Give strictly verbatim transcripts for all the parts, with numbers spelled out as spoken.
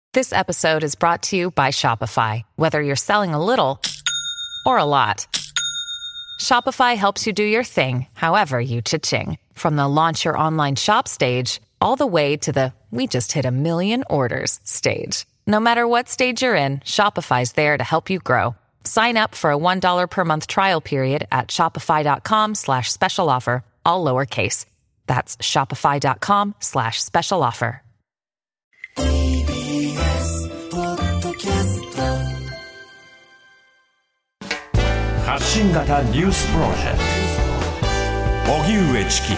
This episode is brought to you by Shopify. Whether you're selling a little or a lot, Shopify helps you do your thing, however you cha-ching. From the launch your online shop stage, all the way to the we just hit a million orders stage. No matter what stage you're in, Shopify's there to help you grow. Sign up for a one dollar per month trial period at shopify.com slash special offer, all lowercase. That's shopify.com slash special offer. 発信型ニュースプロジェクト荻上チキ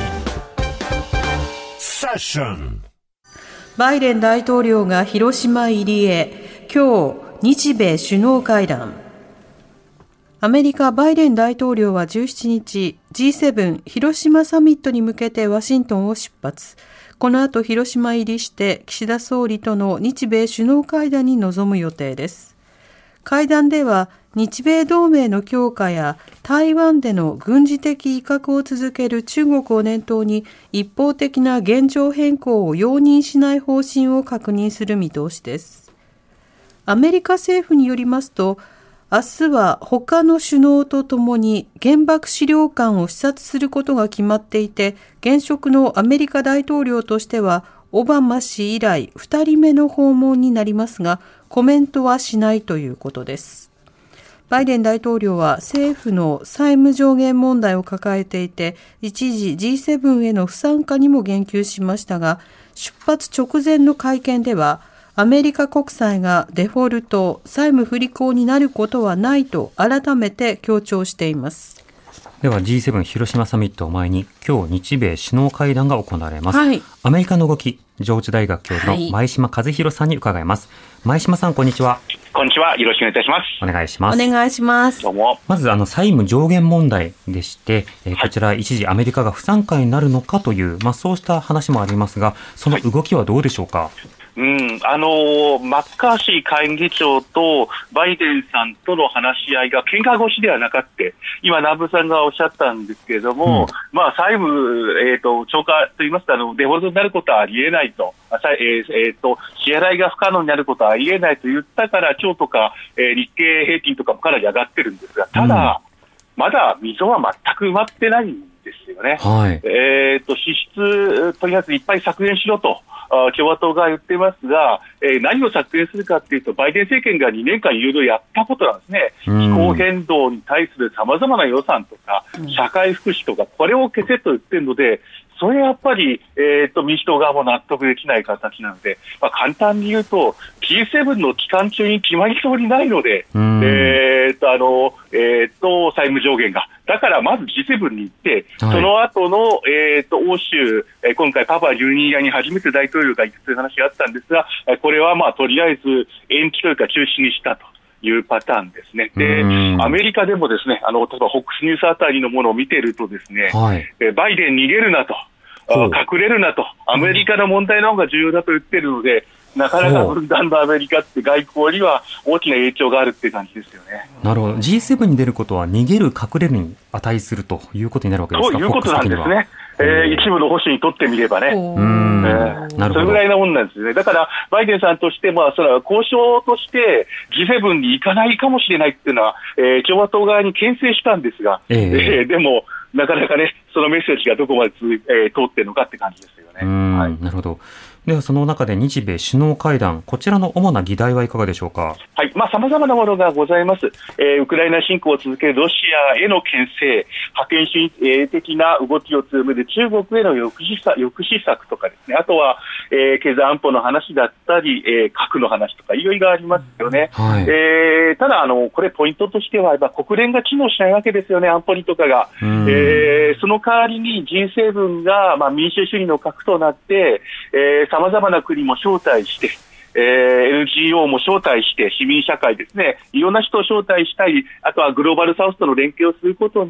セッション。 バイデン大統領が広島入りへ、今日日米首脳会談。アメリカバイデン大統領はじゅうしちにち ジーセブン 広島サミットに向けてワシントンを出発。この後広島入りして岸田総理との日米首脳会談に臨む予定です。会談では日米同盟の強化や台湾での軍事的威嚇を続ける中国を念頭に一方的な現状変更を容認しない方針を確認する見通しです。アメリカ政府によりますと、明日は他の首脳とともに原爆資料館を視察することが決まっていて、現職のアメリカ大統領としてはオバマ氏以来ふたりめの訪問になりますが、コメントはしないということです。バイデン大統領は政府の債務上限問題を抱えていて、一時 ジーセブン への不参加にも言及しましたが、出発直前の会見では、アメリカ国債がデフォルト、債務不履行になることはないと改めて強調しています。 では ジーセブン 広島サミットを前に今日日米首脳会談が行われます、 はい、アメリカの動き、上智大学教授の前島和弘さんに伺います、はい、前島さん、こんにちは。 こんにちは、よろしくお願いいたします。 お願いします。 お願いします。 どうも。 まずあの債務上限問題でして、えー、こちら一時アメリカが不参加になるのかという、まあ、そうした話もありますが、その動きはどうでしょうか。はい、 うん、あのー、マッカーシー下院議長とバイデンさんとの話し合いが喧嘩腰ではなかって、今南部さんがおっしゃったんですけれども、うん、まあ債務、えっ、ー、と、超過といいますか、あの、デフォルトになることはありえないと、えーえー、と、支払いが不可能になることはありえないと言ったから、今日とか、えー、日経平均とかもかなり上がってるんですが、ただ、うん、まだ溝は全く埋まってないんですよね。 はい、 えっ、ー、と、支出、とりあえずいっぱい削減しろと。共和党が言ってますが、えー、何を削減するかというと、バイデン政権がにねんかんいろいろやったことなんですね。気候変動に対する様々な予算とか、社会福祉とか、これを消せと言ってるので、それやっぱり、えー、と民主党側も納得できない形なので、まあ、簡単に言うと ジーセブン の期間中に決まりそうにないので、えー、とあのえー、と債務上限がだからまず ジーセブン に行って、はい、その後の、えー、と欧州、えー、今回パパニューギニアに初めて大統領が行くという話があったんですが、これはまあとりあえず延期というか中止にしたというパターンですね。で、アメリカでもですね、あの例えば フォックス ニュースあたりのものを見ているとですね、はい、えバイデン逃げるなと、隠れるなと、アメリカの問題の方が重要だと言っているので、なかなか分断のアメリカって外交には大きな影響があるっていう感じですよね。 なるほど。 ジーセブン に出ることは逃げる隠れるに値するということになるわけですか。 そういうことなんですね。えー、一部の保守にとってみればね、うーん、えー、なるほど。それぐらいなもんなんですね。だからバイデンさんとしても、それは交渉として ジーセブン に行かないかもしれないっていうのは、えー、共和党側に牽制したんですが、えーえー、でもなかなかね、そのメッセージがどこまで続い、えー、通っているのかって感じですよね。 うん、はい、なるほど。ではその中で日米首脳会談、こちらの主な議題はいかがでしょうか。 はい、まあ様々なものがございます。えー、ウクライナ侵攻を続けるロシアへの牽制、覇権主義的な動きを強める中国への抑止策、抑止策とかですね、あとは、えー、経済安保の話だったり、えー、核の話とかいろいろありますよね。はい、えー、ただあのこれポイントとしては、まあ、国連が機能しないわけですよね、安保理とかが。えー、その代わりに ジーセブン が、まあ、民主主義の核となって、えー、様々な国も招待して、えー、エヌジーオー も招待して市民社会ですね、いろんな人を招待したり、あとはグローバルサウスとの連携をすることによっ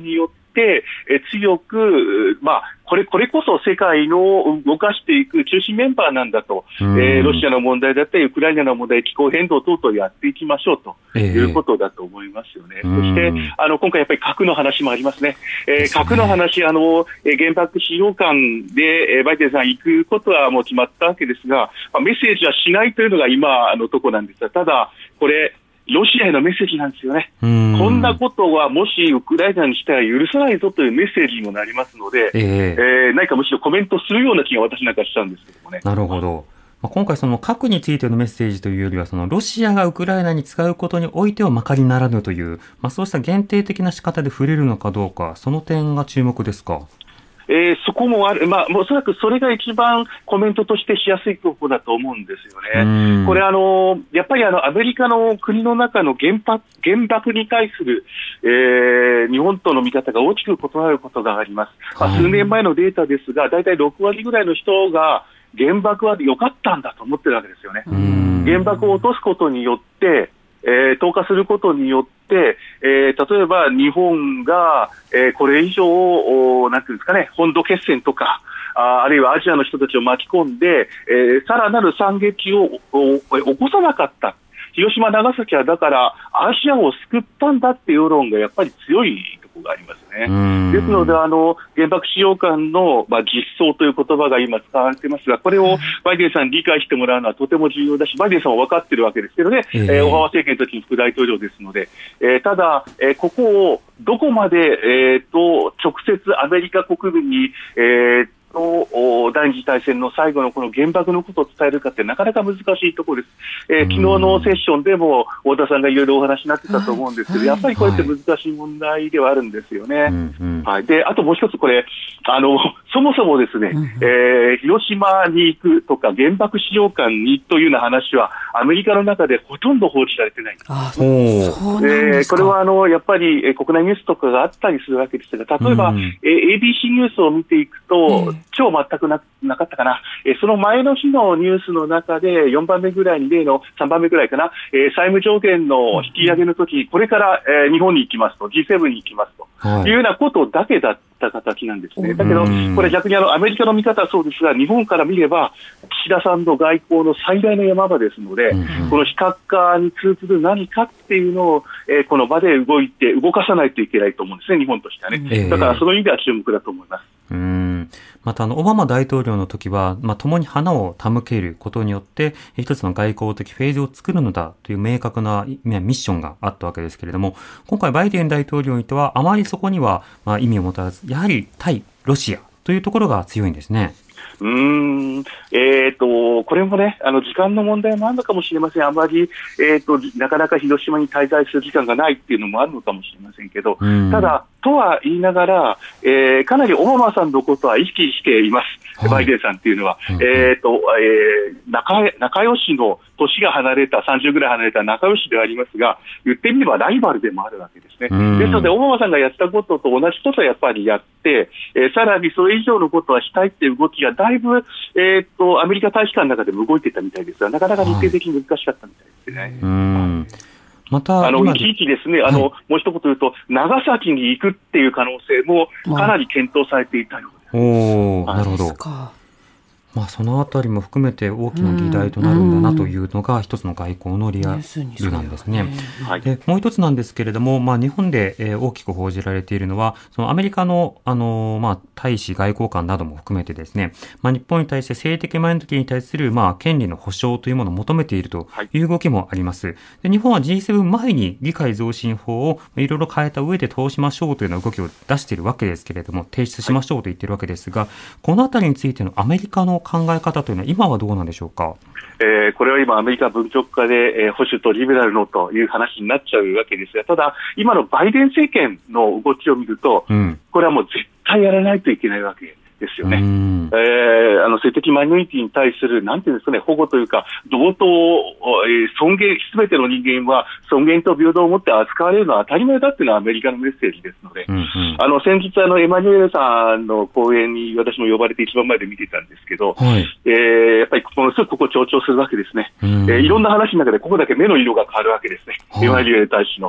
ってえ強く、まあ、これ、これこそ世界の動かしていく中心メンバーなんだと、えー、ロシアの問題だったり、ウクライナの問題、気候変動等々やっていきましょうということだと思いますよね。えー、そして、あの、今回やっぱり核の話もありますね。えー、核の話、あの、原爆資料館でバイデンさん行くことはもう決まったわけですが、メッセージはしないというのが今のところなんですが、ただ、これ、ロシアへのメッセージなんですよね。んこんなことはもしウクライナにしたら許さないぞというメッセージにもなりますので、えーえー、何かむしろコメントするような気が私なんかしたんですけどもね。 なるほど。まあ、今回その核についてのメッセージというよりは、そのロシアがウクライナに使うことにおいてはまかりならぬという、まあ、そうした限定的な仕方で触れるのかどうか、その点が注目ですか。 えー、そこもある、まあ、おそらくそれが一番コメントとしてしやすいところだと思うんですよね。これあの、やっぱりあのアメリカの国の中の原発、原爆に対する、えー、日本との見方が大きく異なることがあります。まあ、数年前のデータですが、だいたいろくわりぐらいの人が原爆は良かったんだと思ってるわけですよね。原爆を落とすことによって、えー、投下することによって、えー、例えば日本が、えー、これ以上、なんていうんですかね、本土決戦とか、あ, あるいはアジアの人たちを巻き込んで、えー、さらなる惨劇を起こさなかった。広島、長崎はだからアジアを救ったんだっていう世論がやっぱり強いところがありますね。ですので、あの、原爆資料館の、まあ、実装という言葉が今使われていますが、これをバイデンさんに理解してもらうのはとても重要だし、バイデンさんは分かっているわけですけどね、えーえー、オバマ政権の時に副大統領ですので、えー、ただ、えー、ここをどこまで、えー、と直接アメリカ国民に、えーの第二次大戦の最後のこの原爆のことを伝えるかってなかなか難しいところです。えー、昨日のセッションでも太田さんがいろいろお話になってたと思うんですけど、やっぱりこれって難しい問題ではあるんですよね。はいはい、で、あともう一つこれ、あの、そもそもですね、えー、広島に行くとか原爆資料館にというような話はアメリカの中でほとんど報じられてないんです。あ、そうなんですか。えー、これはあの、やっぱり、えー、国内ニュースとかがあったりするわけですが、例えば、うん、えー、エービーシー ニュースを見ていくと、うん、今日全く な, なかったかな、えー、その前の日のニュースの中でよんばんめぐらいに例のさんばんめぐらいかな、えー、債務上限の引き上げの時、これから、えー、日本に行きますと ジーセブン に行きますと、はい、いうようなことだけだった形なんですね。だけどこれ逆にあのアメリカの見方はそうですが、日本から見れば岸田さんの外交の最大の山場ですので、うん、この非核化に通ずる何かっていうのを、えー、この場で動いて動かさないといけないと思うんですね、日本としてはね、えー、だからその意味では注目だと思います。 うーん、またあのオバマ大統領の時は、まあ、共に花を手向けることによって一つの外交的フェーズを作るのだという明確なミッションがあったわけですけれども、今回バイデン大統領にとはあまりそこにはまあ意味を持たず、やはり対ロシアというところが強いんですね。 うーん、えーと、これもね、あの、時間の問題もあるのかもしれません。あまり、えーと、なかなか広島に滞在する時間がないっていうのもあるのかもしれませんけど、ただ、とは言いながら、えー、かなりオバマさんのことは意識しています。バイデンさんっていうのは。はい、えーと、えー、仲、仲良しの、年が離れた、さんじゅうぐらい離れた仲良しではありますが、言ってみればライバルでもあるわけですね。ですので、オバマさんがやったことと同じことをやっぱりやって、えー、さらにそれ以上のことはしたいっていう動きがだいぶ、えーと、アメリカ大使館の中でも動いていたみたいですが、なかなか日程的に難しかったみたいですね。はい、うーん、 また、 あの、いちいちですね、あの、はい、もう一言言うと、長崎に行くっていう可能性もかなり検討されていたようです。 おー、なるほど。まあ、そのあたりも含めて大きな議題となるんだなというのが一つの外交のリアルなんですね。で、もう一つなんですけれども、まあ、日本で大きく報じられているのは、そのアメリカの、あの、まあ、大使外交官なども含めてですね、まあ、日本に対して性的マイノリティに対する、まあ、権利の保障というものを求めているという動きもあります。で、日本は ジーセブン 前に議会増進法をいろいろ変えた上で通しましょうというような動きを出しているわけですけれども、提出しましょうと言っているわけですが、このあたりについてのアメリカの考え方というのは今はどうなんでしょうか。 えー、これは今アメリカ分極化で、えー、保守とリベラルのという話になっちゃうわけですが、ただ今のバイデン政権の動きを見ると、うん、これはもう絶対やらないといけないわけですよね。えー、あの性的マイノリティに対するなんていうんですかね、保護というか同等、えー、尊厳、すべての人間は尊厳と平等を持って扱われるのは当たり前だっていうのはアメリカのメッセージですので、うんうん、あの先日あのエマニュエルさんの講演に私も呼ばれて一番前で見てたんですけど、はい、えー、やっぱりこのすぐここを強調するわけですね。えー、いろんな話の中でここだけ目の色が変わるわけですね。はい、エマニュエル大使の。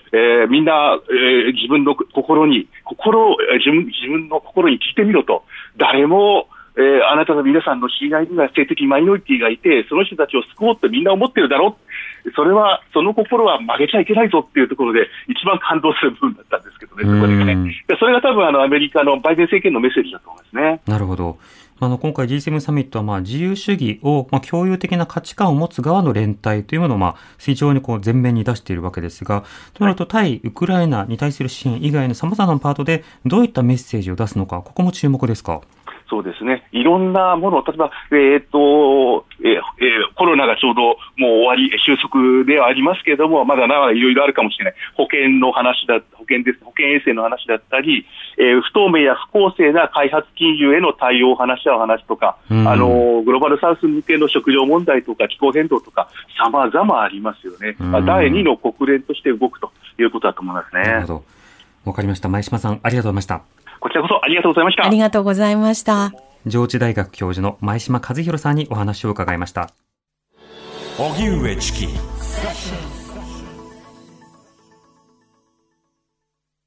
えー、みんな、えー、自分の心に、心を、自分、自分の心に聞いてみろと。誰も、えー、あなたの皆さんの被害には性的マイノリティがいて、その人たちを救おうってみんな思ってるだろう。それは、その心は曲げちゃいけないぞっていうところで、一番感動する部分だったんですけどね、そこでね。それが多分あの、アメリカのバイデン政権のメッセージだと思いますね。 なるほど。あの今回 ジーセブン サミットはまあ自由主義をまあ共有的な価値観を持つ側の連帯というものをまあ非常にこう前面に出しているわけですが、となると対ウクライナに対する支援以外の様々なパートでどういったメッセージを出すのか、ここも注目ですか。 そうですね。いろんなものを、例えば、えっと、えーえー、コロナがちょうどもう終わり、収束ではありますけれども、まだまだいろいろあるかもしれない。保険の話だ、保険です。保険衛生の話だったり、えー、不透明や不公正な開発金融への対応を話し合う話とか、あの、グローバルサウス向けの食料問題とか気候変動とか、様々ありますよね。まあ、だいにの国連として動くということだと思いますね。 なるほど。わかりました。前島さん、ありがとうございました。 こちらこそありがとうございました。 ありがとうございました。 上智大学教授の前島和弘さんにお話を伺いました。 荻上チキ